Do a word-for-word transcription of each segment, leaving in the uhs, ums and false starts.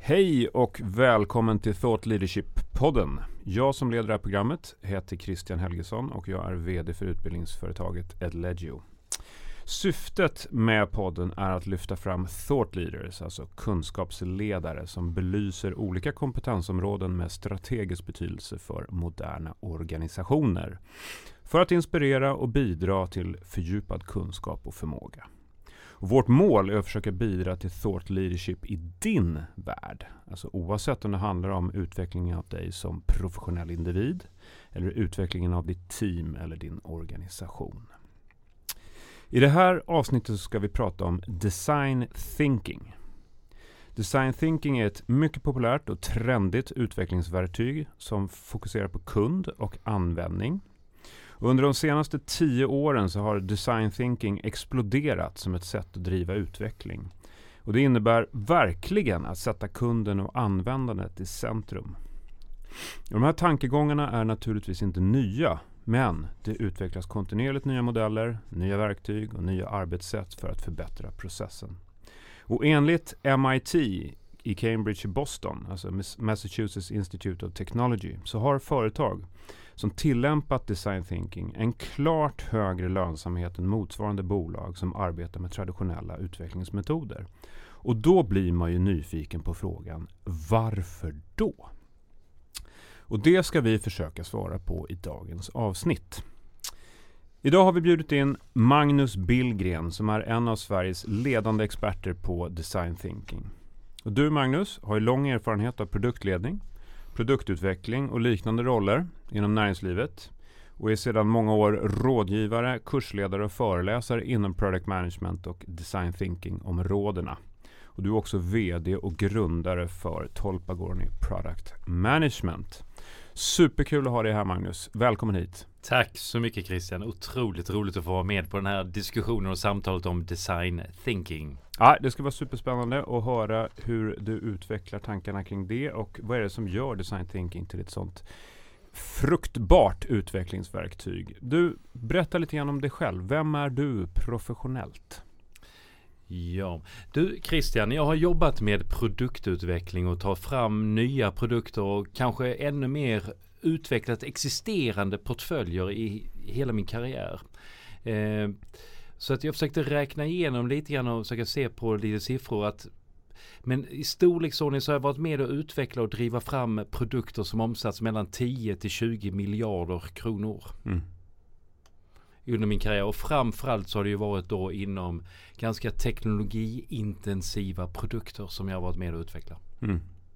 Hej och välkommen till Thought Leadership-podden. Jag som leder det här programmet heter Christian Helgesson och jag är vd för utbildningsföretaget Edlegio. Syftet med podden är att lyfta fram thought leaders, alltså kunskapsledare som belyser olika kompetensområden med strategisk betydelse för moderna organisationer. För att inspirera och bidra till fördjupad kunskap och förmåga. Och vårt mål är att försöka bidra till thought leadership i din värld. Alltså oavsett om det handlar om utvecklingen av dig som professionell individ eller utvecklingen av ditt team eller din organisation. I det här avsnittet ska vi prata om design thinking. Design thinking är ett mycket populärt och trendigt utvecklingsverktyg som fokuserar på kund och användning. Under de senaste tio åren så har design thinking exploderat som ett sätt att driva utveckling. Och det innebär verkligen att sätta kunden och användandet i centrum. Och de här tankegångarna är naturligtvis inte nya, men det utvecklas kontinuerligt nya modeller, nya verktyg och nya arbetssätt för att förbättra processen. Och enligt M I T i Cambridge i Boston, alltså Massachusetts Institute of Technology, så har företag som tillämpat design thinking en klart högre lönsamhet än motsvarande bolag som arbetar med traditionella utvecklingsmetoder. Och då blir man ju nyfiken på frågan, varför då? Och det ska vi försöka svara på i dagens avsnitt. Idag har vi bjudit in Magnus Billgren som är en av Sveriges ledande experter på design thinking. Och du Magnus har ju lång erfarenhet av produktledning, produktutveckling och liknande roller inom näringslivet och är sedan många år rådgivare, kursledare och föreläsare inom product management och design thinking-områdena. Och du är också vd och grundare för Tolpagorni Product Management. Superkul att ha dig här Magnus. Välkommen hit. Tack så mycket Christian. Otroligt roligt att få vara med på den här diskussionen och samtalet om design thinking. Ja, det ska vara superspännande att höra hur du utvecklar tankarna kring det och vad är det som gör design thinking till ett sånt fruktbart utvecklingsverktyg. Du, berätta lite grann om dig själv. Vem är du professionellt? Ja, du Christian, jag har jobbat med produktutveckling och tar fram nya produkter och kanske ännu mer utvecklat existerande portföljer i hela min karriär. Eh, så att jag försökte räkna igenom lite grann och försöka se på lite siffror att men i storleksordning så har jag varit med att utveckla och driva fram produkter som omsatts mellan tio till tjugo miljarder kronor. Mm. Under min karriär och framförallt så har det ju varit då inom ganska teknologiintensiva produkter som jag har varit med att utveckla. Mm.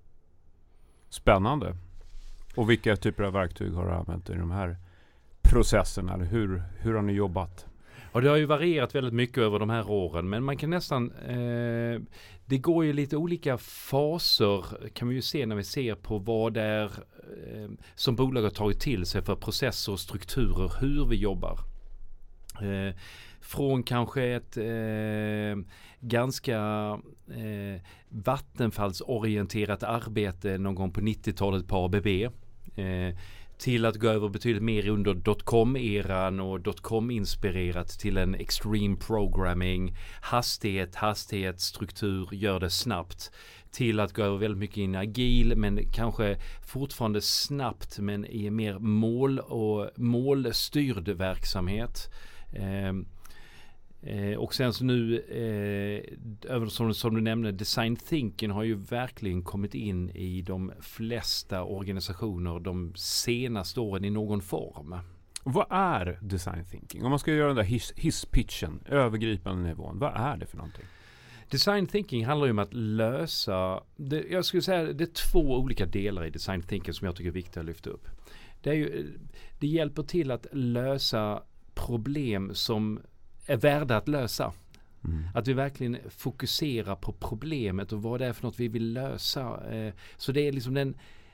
Spännande. Och vilka typer av verktyg har du använt i de här processerna? Eller hur, hur har ni jobbat? Och det har ju varierat väldigt mycket över de här åren, men man kan nästan eh, det går ju lite olika faser kan vi ju se när vi ser på vad det är eh, som bolag har tagit till sig för processer och strukturer, hur vi jobbar. Eh, från kanske ett eh, ganska eh, vattenfallsorienterat arbete någon gång på nittiotalet på A B B eh, till att gå över betydligt mer under dotcom-eran och dotcom-inspirerat till en extreme programming, hastighet, hastighet, struktur, gör det snabbt till att gå över väldigt mycket in agil men kanske fortfarande snabbt men i en mer mål- och målstyrd verksamhet. Eh, eh, och sen så nu eh, som, som du nämnde, design thinking har ju verkligen kommit in i de flesta organisationer de senaste åren i någon form. Vad är design thinking? Om man ska göra den där hiss, hisspitchen, övergripande nivån, vad är det för någonting? Design thinking handlar ju om att lösa, det, jag skulle säga det är två olika delar i design thinking som jag tycker är viktigt att lyfta upp. Det, är ju, det hjälper till att lösa problem som är värda att lösa. Mm. Att vi verkligen fokuserar på problemet och vad det är för något vi vill lösa. Så det är liksom den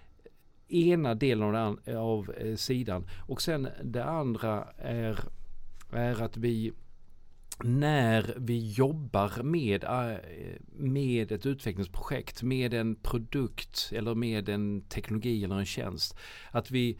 ena delen av, den, av sidan. Och sen det andra är, är att vi när vi jobbar med, med ett utvecklingsprojekt, med en produkt eller med en teknologi eller en tjänst, att vi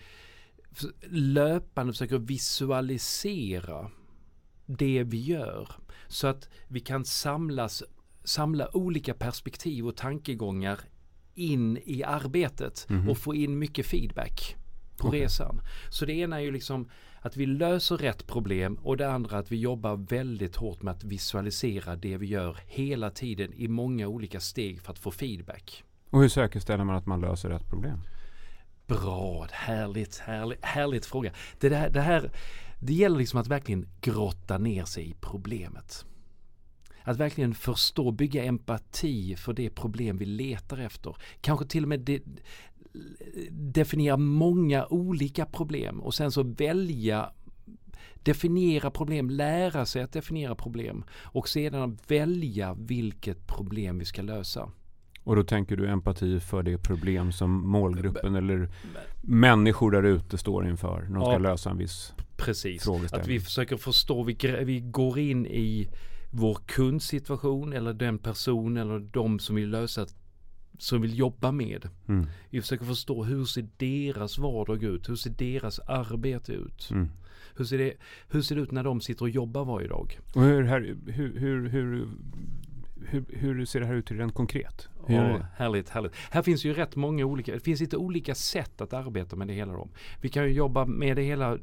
löpande försöker visualisera det vi gör så att vi kan samlas, samla olika perspektiv och tankegångar in i arbetet Mm. och få in mycket feedback på Okej. resan. Så det ena är ju liksom att vi löser rätt problem och det andra att vi jobbar väldigt hårt med att visualisera det vi gör hela tiden i många olika steg för att få feedback. Och hur säkerställer man att man löser rätt problem? Bra, härligt, härligt, härligt fråga. Det, där, det här, det gäller liksom att verkligen grotta ner sig i problemet. Att verkligen förstå, bygga empati för det problem vi letar efter. Kanske till och med de, definiera många olika problem och sen så välja, definiera problem, lära sig att definiera problem och sedan välja vilket problem vi ska lösa. Och då tänker du empati för det problem som målgruppen eller människor där ute står inför när de ska Ja, lösa en viss precis. frågeställning. Att vi försöker förstå, vi, vi går in i vår kundsituation eller den person eller de som vill lösa, som vill jobba med. Mm. Vi försöker förstå hur ser deras vardag ut, hur ser deras arbete ut. Mm. Hur ser det, hur ser det ut när de sitter och jobbar varje dag? Och hur, här, hur, hur, hur, hur, hur ser det här ut rent konkret? Hur Ja, är det? härligt, härligt. Här finns ju rätt många olika, det finns lite olika sätt att arbeta med det hela då. Vi kan ju jobba med det hela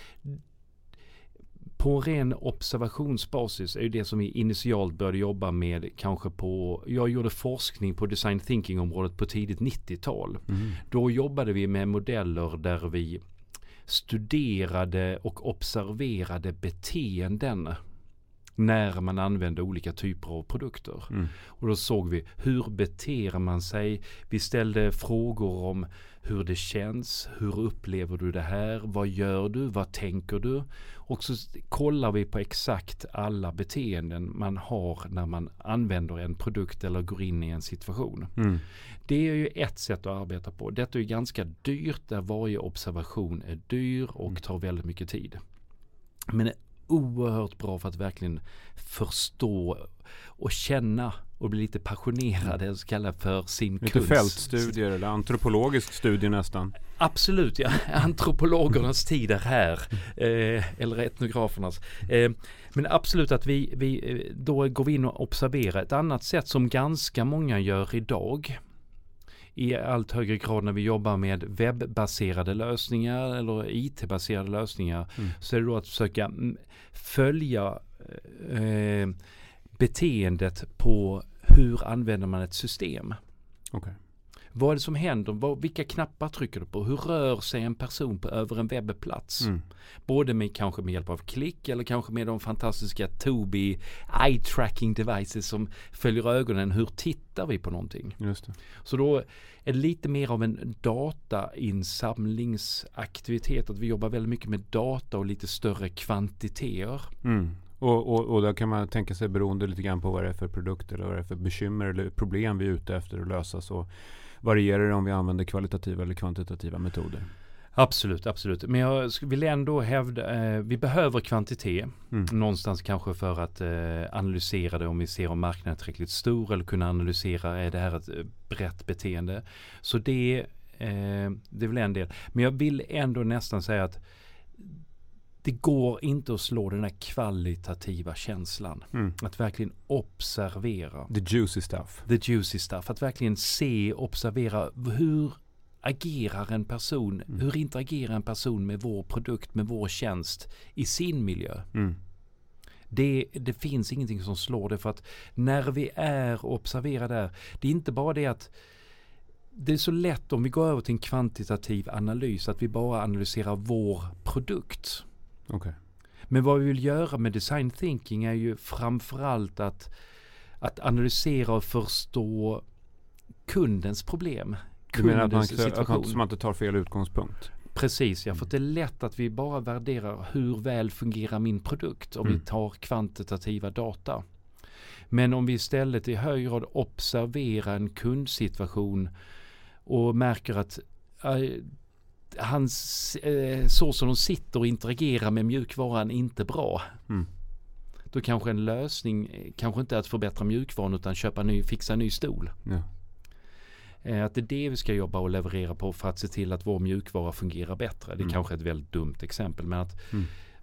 på en ren observationsbasis är ju det som vi initialt började jobba med kanske på, jag gjorde forskning på design thinking-området på tidigt nittiotal. Mm. Då jobbade vi med modeller där vi studerade och observerade beteenden när man använde olika typer av produkter. Mm. Och då såg vi hur beter man sig. Vi ställde frågor om hur det känns, hur upplever du det här, vad gör du, vad tänker du? Och så kollar vi på exakt alla beteenden man har när man använder en produkt eller går in i en situation. Mm. Det är ju ett sätt att arbeta på. Detta är ju ganska dyrt där varje observation är dyr och tar väldigt mycket tid. Men oerhört bra för att verkligen förstå och känna och bli lite passionerad, eller så kallar för sin Lite kunst. fältstudier eller antropologisk studie nästan. Absolut, ja. Antropologernas tid är här. Eh, eller etnografernas. Eh, men absolut att vi, vi då går vi in och observerar. Ett annat sätt som ganska många gör idag i allt högre grad när vi jobbar med webbaserade lösningar eller I T-baserade lösningar, mm. så är det då att försöka följa eh, beteendet på hur använder man ett system. Okay. Vad är det som händer? Vad, vilka knappar trycker du på? Hur rör sig en person på över en webbplats? Mm. Både med kanske med hjälp av klick eller kanske med de fantastiska Tobii eye tracking devices som följer ögonen. Hur tittar vi på någonting? Just det. Så då är det lite mer av en datainsamlingsaktivitet. Att vi jobbar väldigt mycket med data och lite större kvantiteter. Mm. Och, och, och där kan man tänka sig beroende lite grann på vad det är för produkt eller vad det är för bekymmer eller problem vi är ute efter att lösa, så varierar det om vi använder kvalitativa eller kvantitativa metoder. Absolut, absolut. Men jag vill ändå hävda, eh, vi behöver kvantitet mm. någonstans kanske för att eh, analysera det om vi ser om marknaden är tillräckligt stor eller kunna analysera, är det här ett brett beteende. Så det, eh, det är väl en del. Men jag vill ändå nästan säga att det går inte att slå den här kvalitativa känslan. Mm. Att verkligen observera. The juicy stuff. The juicy stuff. Att verkligen se, observera hur agerar en person, mm. hur interagerar en person med vår produkt, med vår tjänst i sin miljö. Mm. Det, det finns ingenting som slår det, för att när vi är och observerar där, det är inte bara det att det är så lätt om vi går över till en kvantitativ analys att vi bara analyserar vår produkt. Okay. Men vad vi vill göra med design thinking är ju framförallt att, att analysera och förstå kundens problem. Du menar att man, att man inte tar fel utgångspunkt? Precis, ja, för att det är lätt att vi bara värderar hur väl fungerar min produkt om mm. vi tar kvantitativa data. Men om vi istället i hög grad observerar en kundsituation och märker att äh, hans, äh, så som de sitter och interagerar med mjukvaran inte bra. Mm. Då kanske en lösning kanske inte är att förbättra mjukvaran utan köpa ny, fixa en ny stol. Ja. Att det är det vi ska jobba och leverera på för att se till att vår mjukvara fungerar bättre. Det är mm. kanske ett väldigt dumt exempel, men att mm.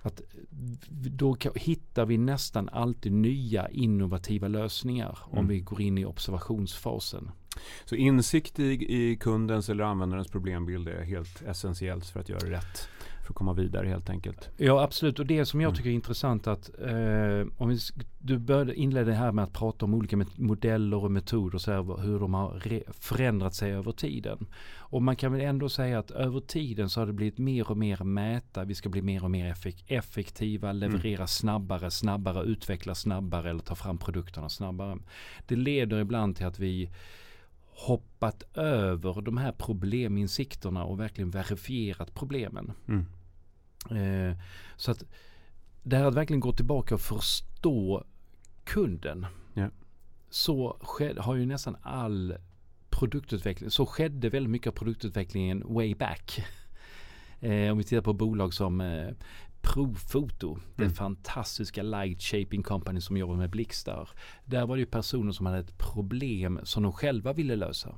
Att då hittar vi nästan alltid nya innovativa lösningar mm. om vi går in i observationsfasen. Så insikt i, i kundens eller användarens problembild är helt essentiellt för att göra rätt, för att komma vidare helt enkelt. Ja, absolut. Och det som jag tycker är mm. intressant att eh, om vi, du började inleda det här med att prata om olika modeller och metoder och så här, hur de har re- förändrat sig över tiden. Och man kan väl ändå säga att över tiden så har det blivit mer och mer mäta. Vi ska bli mer och mer effek- effektiva, leverera mm. snabbare, snabbare, utveckla snabbare eller ta fram produkterna snabbare. Det leder ibland till att vi hoppat över de här probleminsikterna och verkligen verifierat problemen. Mm. Eh, så att det här att verkligen gå tillbaka och förstå kunden. Yeah. Så sked, har ju nästan all produktutveckling, så skedde väldigt mycket av produktutvecklingen way back. Eh, om vi tittar på bolag som eh, Profoto, mm. det fantastiska light shaping company som jobbar med blixtar. Där var det ju personer som hade ett problem som de själva ville lösa.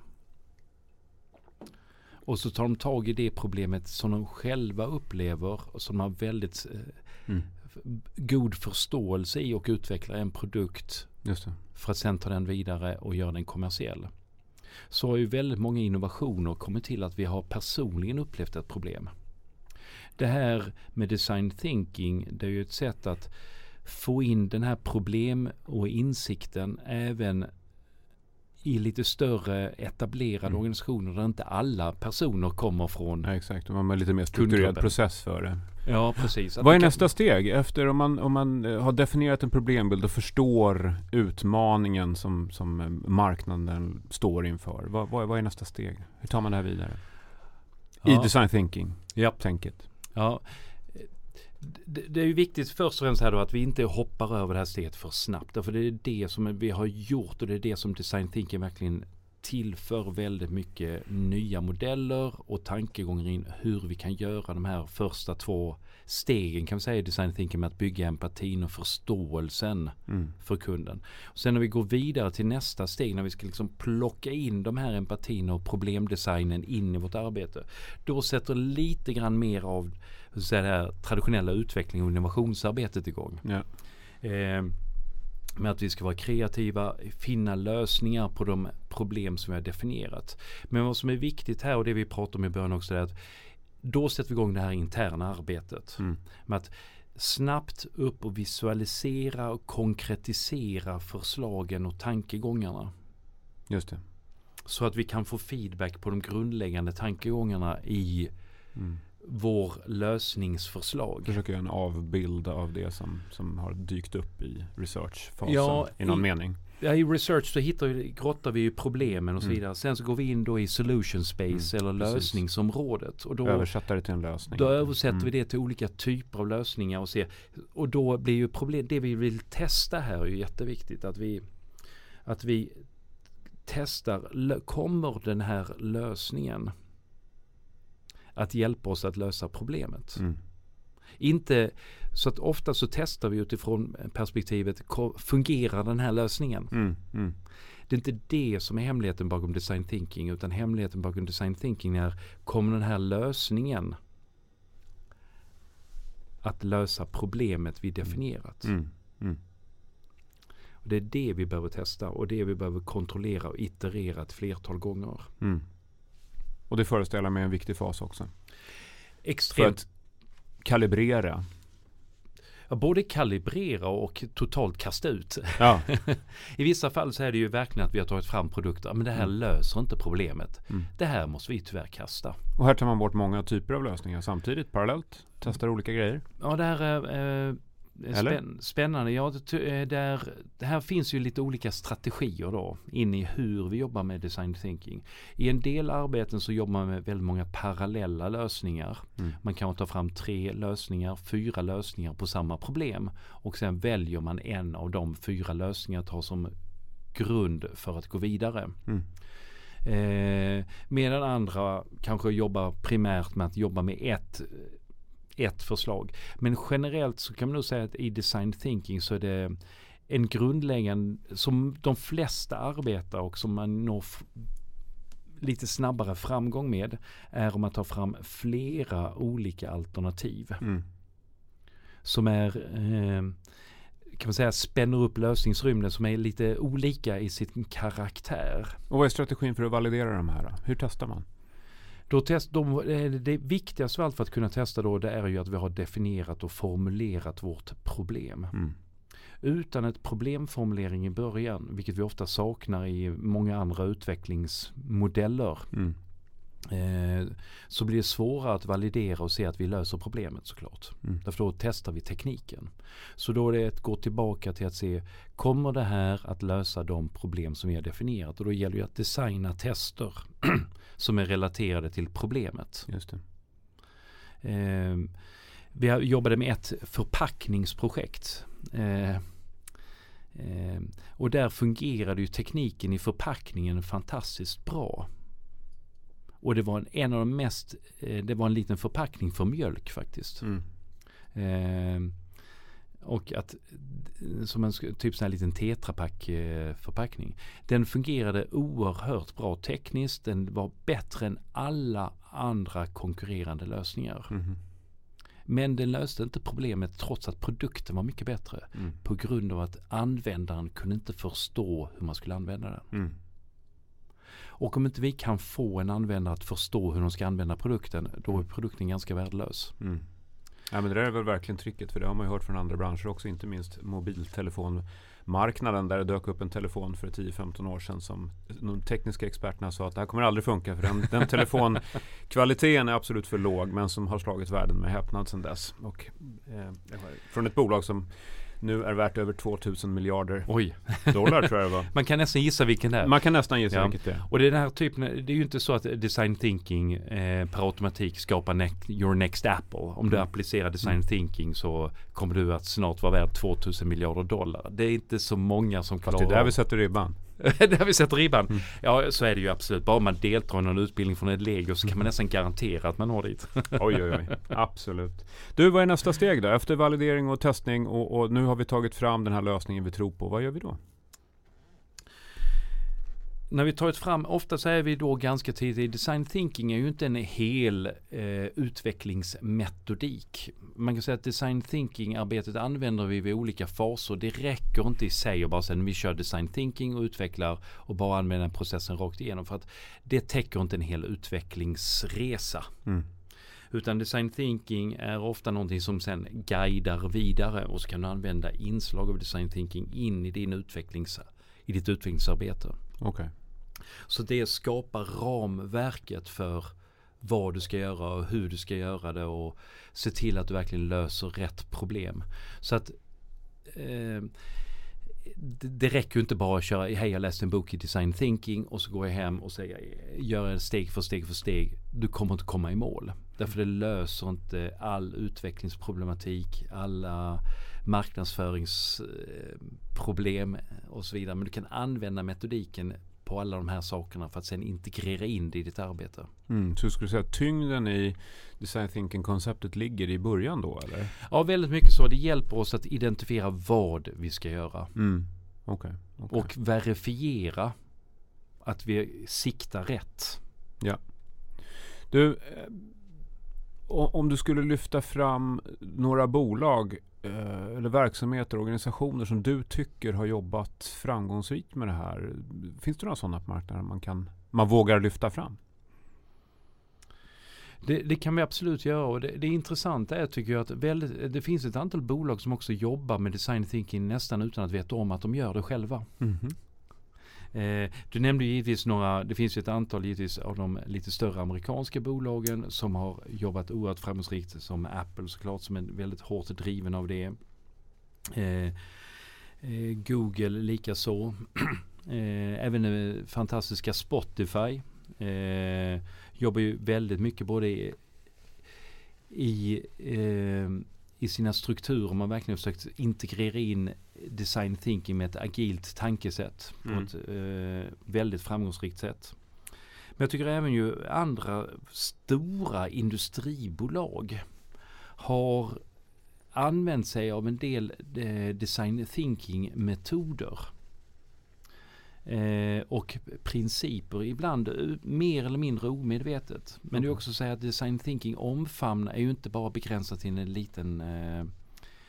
Och så tar de tag i det problemet som de själva upplever och som de har väldigt eh, mm. god förståelse i och utvecklar en produkt. Just det. För att sen ta den vidare och göra den kommersiell. Så har ju väldigt många innovationer kommit till att vi har personligen upplevt ett problem. Det här med design thinking, det är ju ett sätt att få in den här problem och insikten även i lite större etablerade mm. organisationer där inte alla personer kommer från. Ja, exakt, man har lite mer strukturerad process för det. Ja, precis. Vad är nästa kan... steg efter om man, om man har definierat en problembild och förstår utmaningen som, som marknaden står inför? Vad, vad, vad är nästa steg? Hur tar man det här vidare? Ja. I design thinking, ja. tänket. Ja, det, det är ju viktigt först och främst här då att vi inte hoppar över det här steget för snabbt. För det är det som vi har gjort och det är det som design thinking verkligen tillför väldigt mycket nya modeller och tankegångar in hur vi kan göra de här första två stegen kan vi säga i design thinking med att bygga empatin och förståelsen mm. för kunden. Och sen när vi går vidare till nästa steg när vi ska liksom plocka in de här empatin och problemdesignen in i vårt arbete, då sätter lite grann mer av så det här traditionella utveckling och innovationsarbetet igång. Ja. Eh, med att vi ska vara kreativa, finna lösningar på de problem som vi har definierat. Men vad som är viktigt här och det vi pratar om i början också är att då sätter vi igång det här interna arbetet. Mm. Med att snabbt upp och visualisera och konkretisera förslagen och tankegångarna. Just det. Så att vi kan få feedback på de grundläggande tankegångarna i mm. vår lösningsförslag. Försöker göra en avbild av det som, som har dykt upp i researchfasen ja, i någon i, mening. Ja, i research så hittar vi, grottar vi ju problemen och så mm. vidare. Sen så går vi in då i solution space mm, eller precis. lösningsområdet. Och då översätter det till en lösning. Då översätter mm. vi det till olika typer av lösningar och ser. Och då blir ju problem, det vi vill testa här är ju jätteviktigt. Att vi, att vi testar, kommer den här lösningen att hjälpa oss att lösa problemet. Mm. Inte så att ofta så testar vi utifrån perspektivet fungerar den här lösningen. Mm. Mm. Det är inte det som är hemligheten bakom design thinking utan hemligheten bakom design thinking är kommer den här lösningen att lösa problemet vi definierat. Mm. Mm. Och det är det vi behöver testa och det vi behöver kontrollera och iterera ett flertal gånger. Mm. Och det föreställer mig en viktig fas också. Extremt. För att kalibrera. Ja, både kalibrera och totalt kasta ut. Ja. I vissa fall så är det ju verkligen att vi har tagit fram produkter. Men det här mm. löser inte problemet. Mm. Det här måste vi tyvärr kasta. Och här tar man bort många typer av lösningar samtidigt, parallellt. Testar olika grejer. Ja, det här är... Eh, Spänn, spännande. Ja, det, där, det här finns ju lite olika strategier då in i hur vi jobbar med design thinking. I en del arbeten så jobbar man med väldigt många parallella lösningar. Mm. Man kan ta fram tre lösningar, fyra lösningar på samma problem och sen väljer man en av de fyra lösningar att ha som grund för att gå vidare. Mm. Eh, medan andra kanske jobbar primärt med att jobba med ett ett förslag. Men generellt så kan man nog säga att i design thinking så är det en grundläggande som de flesta arbetar och som man når f- lite snabbare framgång med är om att ta fram flera olika alternativ. Mm. som är eh, kan man säga spänner upp lösningsrymden som är lite olika i sin karaktär. Och vad är strategin för att validera de här? Hur testar man? Då test, de, det viktigaste av allt för att kunna testa då, det är ju att vi har definierat och formulerat vårt problem. Mm. Utan ett problemformulering i början, vilket vi ofta saknar i många andra utvecklingsmodeller, mm. eh, så blir det svårare att validera och se att vi löser problemet såklart. Mm. Därför då testar vi tekniken. Så då är det att gå tillbaka till att se, kommer det här att lösa de problem som vi har definierat? Och då gäller det att designa tester som är relaterade till problemet. Just det. Eh, vi jobbade med ett förpackningsprojekt. Eh, eh, och där fungerade ju tekniken i förpackningen fantastiskt bra. Och det var en, en av de mest, eh, det var en liten förpackning för mjölk faktiskt. Mm. Eh, och att som en typ sån här liten tetrapack eh, förpackning. Den fungerade oerhört bra tekniskt. Den var bättre än alla andra konkurrerande lösningar. Mm. Men den löste inte problemet trots att produkten var mycket bättre. Mm. På grund av att användaren kunde inte förstå hur man skulle använda den. Mm. Och om inte vi kan få en användare att förstå hur de ska använda produkten, då är produkten ganska värdelös. Mm. Ja, men det där är väl verkligen tricket, för det har man ju hört från andra branscher också, inte minst mobiltelefonmarknaden, där det dök upp en telefon för tio femton år sedan som de tekniska experterna sa att det här kommer aldrig funka, för den, den telefonkvaliteten är absolut för låg, men som har slagit världen med häpnad sedan dess. Och eh, från ett bolag som nu är värt över tvåtusen miljarder Oj. dollar tror jag det var. Man kan nästan gissa vilken det är. Man kan nästan gissa ja. vilket det är. Och det är den här typen, det är ju inte så att design thinking eh, per automatik skapar ne- your next Apple. Om mm. du applicerar design mm. thinking så kommer du att snart vara värd tvåtusen miljarder dollar. Det är inte så många som klarar. Fast det är där vi sätter ribban. Där vi sätter ribban. Mm. Ja, så är det ju absolut. Bara man deltar i någon utbildning från ett Lego så kan man nästan garantera att man har dit. Oj, oj, oj. Absolut. Du, vad är nästa steg då? Efter validering och testning och, och nu har vi tagit fram den här lösningen vi tror på. Vad gör vi då? När vi tagit fram, ofta så är vi då ganska tidigt. Design thinking är ju inte en hel eh, utvecklingsmetodik. Man kan säga att design thinking-arbetet använder vi vid olika faser. Det räcker inte i sig att bara säga att vi kör design thinking och utvecklar och bara använder processen rakt igenom. För att det täcker inte en hel utvecklingsresa. Mm. Utan design thinking är ofta någonting som sen guidar vidare och så kan du använda inslag av design thinking in i, din utvecklings, i ditt utvecklingsarbete. Okay. Så det skapar ramverket för vad du ska göra och hur du ska göra det och se till att du verkligen löser rätt problem. Så att eh, det, det räcker ju inte bara att köra, hej jag läste en bok i design thinking och så går jag hem och säger, gör en steg för steg för steg. Du kommer inte komma i mål. Därför det löser inte all utvecklingsproblematik, alla marknadsföringsproblem och så vidare. Men du kan använda metodiken på alla de här sakerna för att sen integrera in det i ditt arbete. Mm, så skulle du säga att tyngden i design thinking-konceptet ligger i början då, eller? Ja, väldigt mycket så. Det hjälper oss att identifiera vad vi ska göra. Mm. Okay, okay. Och verifiera att vi siktar rätt. Ja. Du, eh, om du skulle lyfta fram några bolag eller verksamheter, organisationer som du tycker har jobbat framgångsrikt med det här. Finns det några sådana på marknaden man kan man vågar lyfta fram? Det, det kan vi absolut göra och det, det intressanta är tycker jag att väldigt, det finns ett antal bolag som också jobbar med design thinking nästan utan att veta om att de gör det själva. Mm-hmm. Eh, du nämnde givetvis några, det finns ju ett antal givetvis av de lite större amerikanska bolagen som har jobbat oerhört framgångsrikt, som Apple såklart, som är väldigt hårt driven av det. Eh, eh, Google lika så. eh, även eh, fantastiska Spotify eh, jobbar ju väldigt mycket både i, i eh, i sina strukturer. Man verkligen försökt integrera in design thinking med ett agilt tankesätt på mm. ett eh, väldigt framgångsrikt sätt. Men jag tycker även ju andra stora industribolag har använt sig av en del eh, design thinking metoder eh, och principer, ibland mer eller mindre omedvetet. Men mm. det är också så att design thinking omfamnar är ju inte bara begränsat till en liten eh,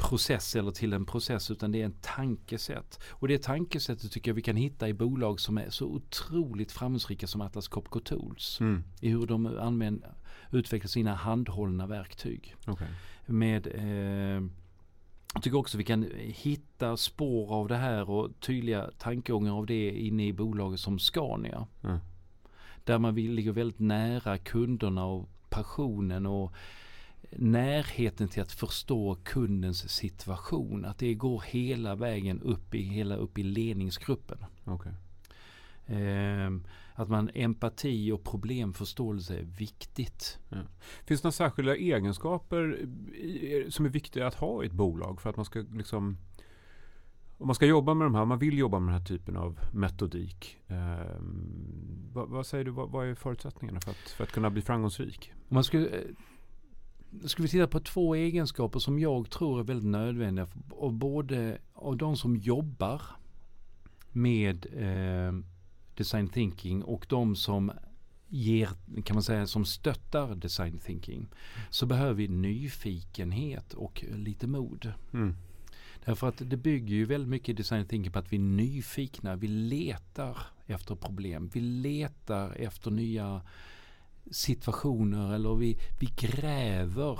process eller till en process, utan det är en tankesätt. Och det tankesättet tycker jag vi kan hitta i bolag som är så otroligt framgångsrika som Atlas Copco Tools. Mm. I hur de använder, utvecklar sina handhållna verktyg. Okay. Med, eh, jag tycker också vi kan hitta spår av det här och tydliga tankegångar av det inne i bolaget som Scania. Mm. Där man vill ligga väldigt nära kunderna och passionen och närheten till att förstå kundens situation. Att det går hela vägen upp i, hela upp i ledningsgruppen. Okay. Eh, att man empati och problemförståelse är viktigt. Ja. Finns det några särskilda egenskaper i, som är viktiga att ha i ett bolag för att man ska liksom, om man ska jobba med de här, man vill jobba med den här typen av metodik. Eh, vad, vad säger du, vad, vad är förutsättningarna för att, för att kunna bli framgångsrik? Om man skulle Ska vi titta på två egenskaper som jag tror är väldigt nödvändiga av både av de som jobbar med eh, design thinking och de som ger, kan man säga, som stöttar design thinking, mm. så behöver vi nyfikenhet och lite mod. Mm. Därför att det bygger ju väldigt mycket design thinking på att vi är nyfikna, vi letar efter problem, vi letar efter nya situationer, eller vi, vi gräver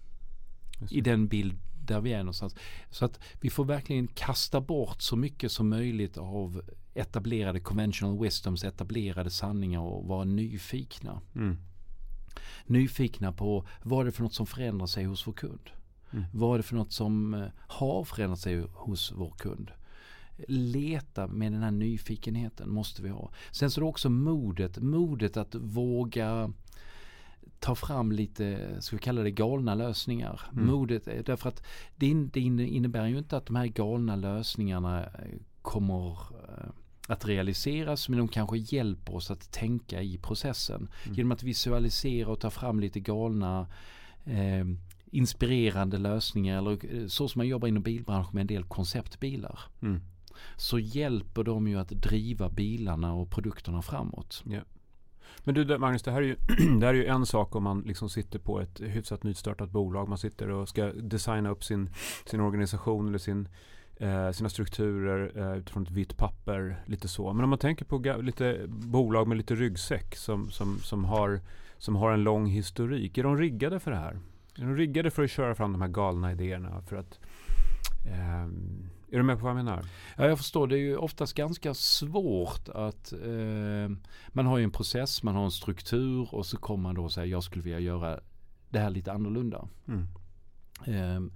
i den bild där vi är någonstans. Så att vi får verkligen kasta bort så mycket som möjligt av etablerade conventional wisdoms, etablerade sanningar och vara nyfikna. Mm. Nyfikna på vad är det för något som förändrar sig hos vår kund. Mm. Vad är det för något som har förändrat sig hos vår kund. Leta med den här nyfikenheten måste vi ha. Sen så är det också modet. Modet att våga ta fram lite, ska vi kalla det, galna lösningar. Mm. Modet, därför att det, in, det innebär ju inte att de här galna lösningarna kommer att realiseras, men de kanske hjälper oss att tänka i processen. Mm. Genom att visualisera och ta fram lite galna eh, inspirerande lösningar, eller så som man jobbar inom bilbranschen med en del konceptbilar. Mm. Så hjälper de ju att driva bilarna och produkterna framåt. Ja. Men du Magnus, det här är ju, det här är ju en sak om man liksom sitter på ett hyfsat nystartat bolag. Man sitter och ska designa upp sin, sin organisation eller sin, eh, sina strukturer eh, utifrån ett vitt papper, lite så. Men om man tänker på ga- lite bolag med lite ryggsäck som, som, som, har, som har en lång historik. Är de riggade för det här? Är de riggade för att köra fram de här galna idéerna? För att... Eh, Är du med på vad jag menar? Ja, jag förstår. Det är ju oftast ganska svårt att eh, man har ju en process, man har en struktur och så kommer man då och säger jag skulle vilja göra det här lite annorlunda. Mm. Eh,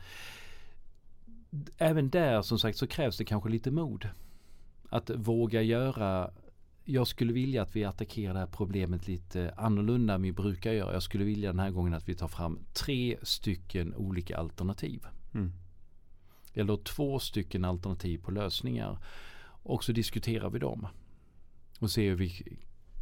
även där som sagt så krävs det kanske lite mod. Att våga göra, jag skulle vilja att vi attackerar det här problemet lite annorlunda än vi brukar göra. Jag skulle vilja den här gången att vi tar fram tre stycken olika alternativ. Mm. Eller två stycken alternativ på lösningar. Och så diskuterar vi dem. Och ser hur vi...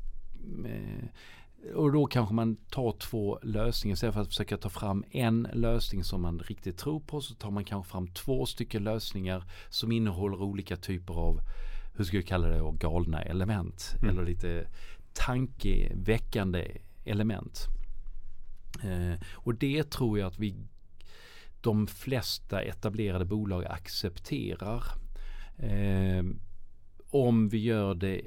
Och då kanske man tar två lösningar. Istället för att försöka ta fram en lösning som man riktigt tror på, så tar man kanske fram två stycken lösningar som innehåller olika typer av, hur ska jag kalla det, galna element. Mm. Eller lite tankeväckande element. Eh, och det tror jag att vi de flesta etablerade bolag accepterar. Eh, om vi gör det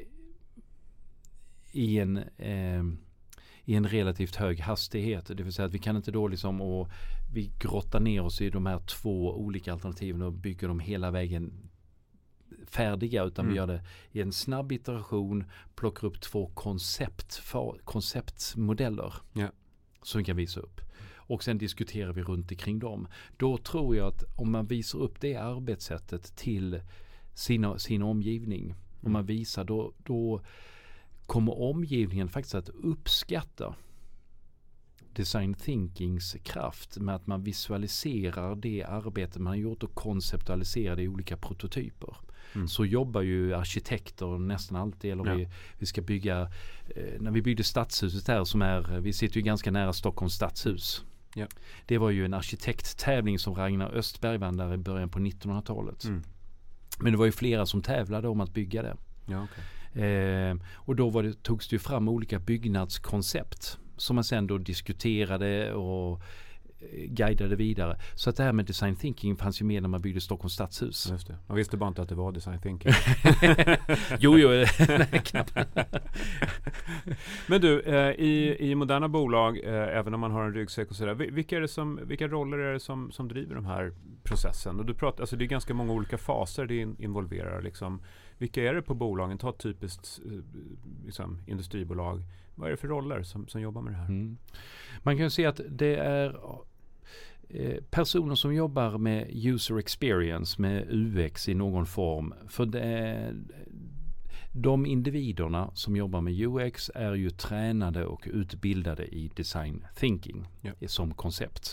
i en, eh, i en relativt hög hastighet. Det vill säga att vi kan inte då liksom, och vi grottar ner oss i de här två olika alternativen och bygger dem hela vägen färdiga, utan mm. vi gör det i en snabb iteration, plockar upp två koncept, konceptmodeller yeah. som vi kan visa upp. Och sen diskuterar vi runt omkring dem. Då tror jag att om man visar upp det arbetssättet till sina, sin omgivning, mm. om man visar, då, då kommer omgivningen faktiskt att uppskatta design thinkings kraft med att man visualiserar det arbete man har gjort och konceptualiserar det i olika prototyper. Mm. Så jobbar ju arkitekter nästan alltid. Eller ja. vi, vi ska bygga, eh, när vi byggde stadshuset här, som är, vi sitter ju ganska nära Stockholms stadshus. Ja. Det var ju en arkitekttävling som Ragnar Östberg vann där i början på nittonhundratalet. Mm. Men det var ju flera som tävlade om att bygga det. Ja, okay. eh, och då var det, togs det ju fram olika byggnadskoncept som man sen då diskuterade och guidade vidare. Så att det här med design thinking fanns ju med när man byggde Stockholms stadshus. Just det. Man visste bara inte att det var design thinking. jo, jo. Nej, knappt. Men du, eh, i, i moderna bolag, eh, även om man har en ryggsäck och sådär, vilka, är det som, vilka roller är det som, som driver de här processen? Och du pratar, alltså det är ganska många olika faser det in, involverar. Liksom. Vilka är det på bolagen? Ta ett typiskt eh, liksom, industribolag. Vad är det för roller som, som jobbar med det här? Mm. Man kan se att det är eh, personer som jobbar med user experience, med U X i någon form. För det, de individerna som jobbar med U X är ju tränade och utbildade i design thinking ja. som koncept.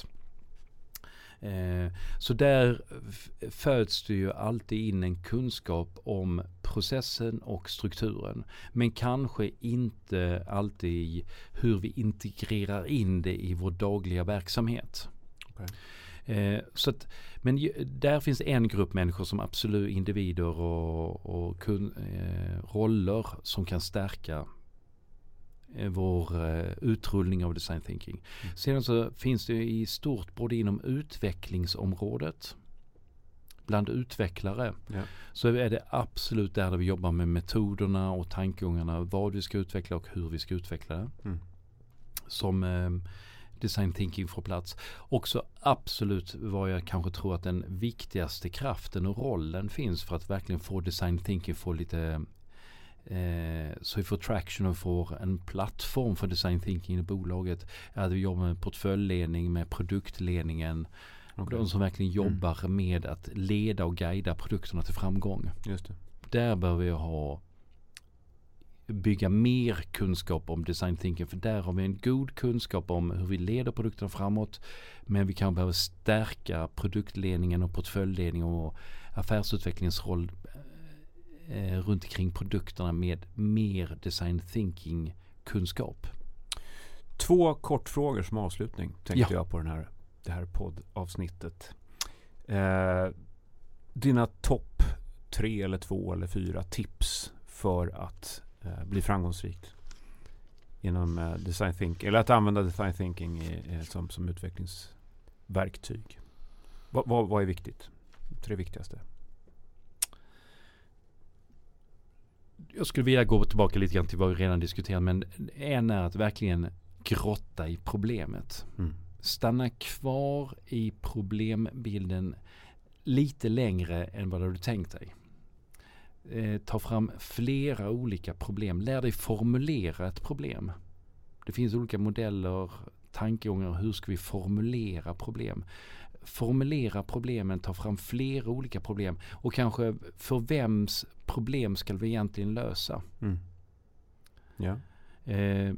Eh, så där f- föds det ju alltid in en kunskap om processen och strukturen, men kanske inte alltid hur vi integrerar in det i vår dagliga verksamhet. Okay. Eh, så att, men ju, där finns en grupp människor som absolut individer och, och kun, eh, roller som kan stärka vår uh, utrullning av design thinking. Mm. Sedan så finns det i stort både inom utvecklingsområdet bland utvecklare ja. så är det absolut där vi jobbar med metoderna och tankegångarna, vad vi ska utveckla och hur vi ska utveckla det. Mm. Som um, design thinking får plats. Också absolut vad jag kanske tror att den viktigaste kraften och rollen finns för att verkligen få design thinking få lite Eh, så vi får traction och får en plattform för design thinking i bolaget. Att vi jobbar med portföljledning, med produktledningen. Okay. De som verkligen jobbar mm. med att leda och guida produkterna till framgång. Just det. Där bör vi ha bygga mer kunskap om design thinking, för där har vi en god kunskap om hur vi leder produkterna framåt, men vi kan behöva stärka produktledningen och portföljledningen och affärsutvecklingens roll Eh, runt omkring produkterna med mer design thinking kunskap. Två kortfrågor som avslutning tänkte ja. jag på den här, det här poddavsnittet. Eh, dina topp tre eller två eller fyra tips för att eh, bli framgångsrikt inom eh, design thinking, eller att använda design thinking i, eh, som, som utvecklingsverktyg. Va, va, vad är viktigt? Tre viktigaste. Jag skulle vilja gå tillbaka lite grann till vad vi redan diskuterat, men en är att verkligen grotta i problemet. Mm. Stanna kvar i problembilden lite längre än vad du hade tänkt dig. Eh, ta fram flera olika problem. Lär dig formulera ett problem. Det finns olika modeller, tankegångar, hur ska vi formulera problem. Formulera problemen, ta fram flera olika problem och kanske för vems problem ska vi egentligen lösa. Mm. Ja. Eh,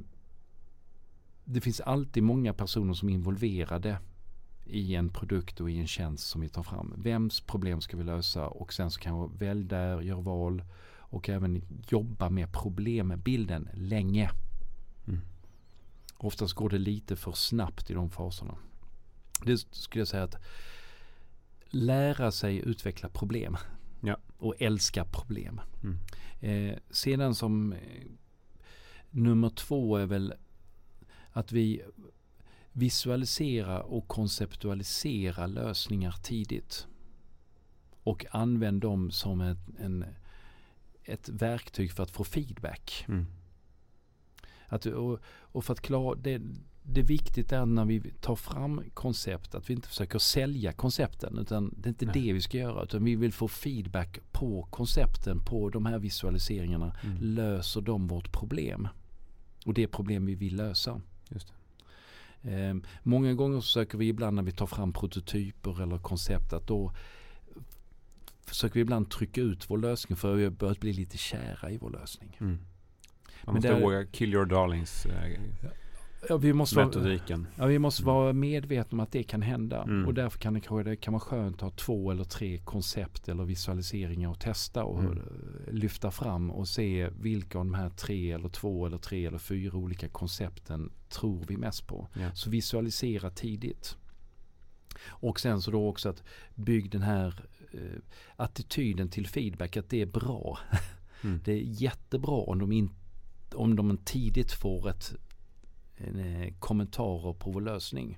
det finns alltid många personer som är involverade i en produkt och i en tjänst som vi tar fram. Vems problem ska vi lösa, och sen så kan vi välja där, göra val och även jobba med problembilden länge. Mm. Oftast går det lite för snabbt i de faserna. Det skulle jag säga att lära sig utveckla problem ja. och älska problem. Mm. Eh, sedan som eh, nummer två är väl att vi visualisera och konceptualisera lösningar tidigt och använd dem som ett, en, ett verktyg för att få feedback. Mm. Att, och, och för att klara det, det är viktigt är när vi tar fram koncept att vi inte försöker sälja koncepten, utan det är inte Nej. det vi ska göra, utan vi vill få feedback på koncepten, på de här visualiseringarna. Mm. Löser de vårt problem? Och det är problem vi vill lösa. Just det. Eh, många gånger försöker vi ibland när vi tar fram prototyper eller koncept att då försöker vi ibland trycka ut vår lösning för att vi har börjat bli lite kära i vår lösning. Mm. Man måste där, våga kill your darlings eh, ja, vi måste metodiken. Vara, ja, vi måste mm. vara medvetna om att det kan hända. Mm. Och därför kan det, det kan vara skönt att ha två eller tre koncept eller visualiseringar och testa och mm. lyfta fram och se vilka av de här tre eller två eller tre eller fyra olika koncepten tror vi mest på. Yeah. Så visualisera tidigt. Och sen så då också att bygga den här eh, attityden till feedback, att det är bra. Mm. Det är jättebra om de, in, om de tidigt får ett en, eh, kommentarer på vår lösning.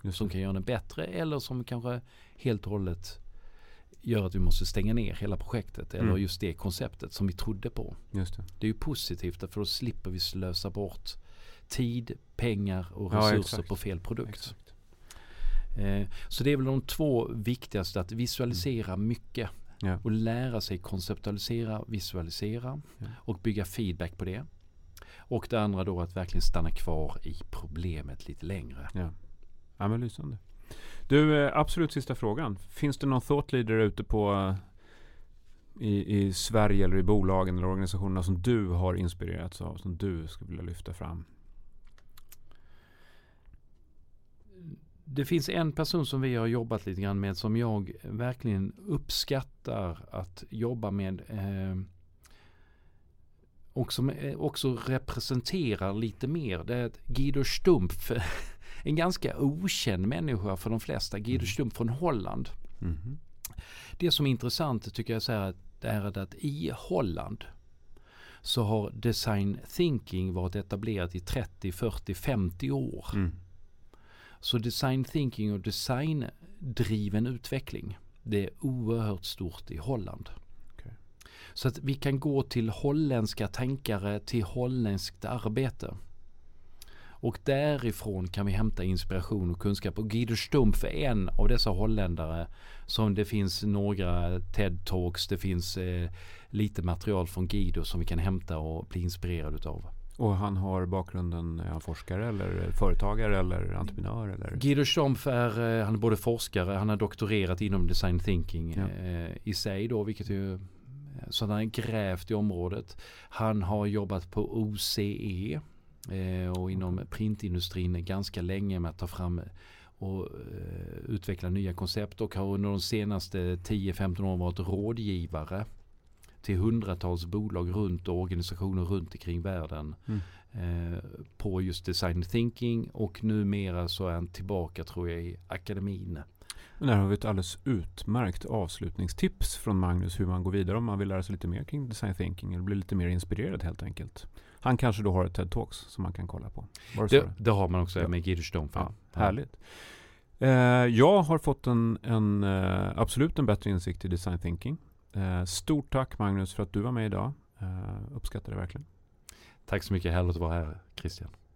som kan göra den bättre eller som kanske helt och hållet gör att vi måste stänga ner hela projektet eller mm. just det konceptet som vi trodde på. Just det. Det är ju positivt för då slipper vi slösa bort tid, pengar och resurser ja, på fel produkt. Eh, så det är väl de två viktigaste, att visualisera mm. mycket ja. och lära sig konceptualisera, visualisera ja. och bygga feedback på det. Och det andra då att verkligen stanna kvar i problemet lite längre. Ja, ja men lysande. Du, absolut sista frågan. Finns det någon thought leader ute på i, i Sverige eller i bolagen eller organisationerna som du har inspirerats av, som du skulle vilja lyfta fram? Det finns en person som vi har jobbat lite grann med som jag verkligen uppskattar att jobba med eh, och som också representerar lite mer. Det är Guido Stumpf, en ganska okänd människa för de flesta. Guido mm. Stumpf från Holland. Mm. Det som är intressant tycker jag så här, det är att i Holland så har design thinking varit etablerat i trettio, fyrtio, femtio år. Mm. Så design thinking och designdriven utveckling, det är oerhört stort i Holland. Okay. Så att vi kan gå till holländska tänkare, till holländskt arbete. Och därifrån kan vi hämta inspiration och kunskap. Och Guido Stumpf är en av dessa holländare som det finns några TED-talks, det finns eh, lite material från Guido som vi kan hämta och bli inspirerade utav. Och han har bakgrunden, är han forskare eller företagare eller entreprenör? Eller? Guido Stumpf är, han är både forskare, han har doktorerat inom design thinking ja. eh, i sig då, vilket ju, så han har grävt i området. Han har jobbat på O C E eh, och inom printindustrin ganska länge med att ta fram och eh, utveckla nya koncept och har under de senaste tio femton åren varit rådgivare till hundratals bolag runt och organisationer runt omkring världen mm. eh, på just design thinking, och numera så är han tillbaka tror jag i akademin. Men här har vi ett alldeles utmärkt avslutningstips från Magnus hur man går vidare om man vill lära sig lite mer kring design thinking eller bli lite mer inspirerad helt enkelt. Han kanske då har ett TED Talks som man kan kolla på. Det, det? det har man också ja. med Guido Stumpf. Ja, härligt. Eh, jag har fått en, en eh, absolut en bättre insikt i design thinking. Eh, stort tack Magnus för att du var med idag. Eh, uppskattar det verkligen. Tack så mycket, härligt att vara här Christian.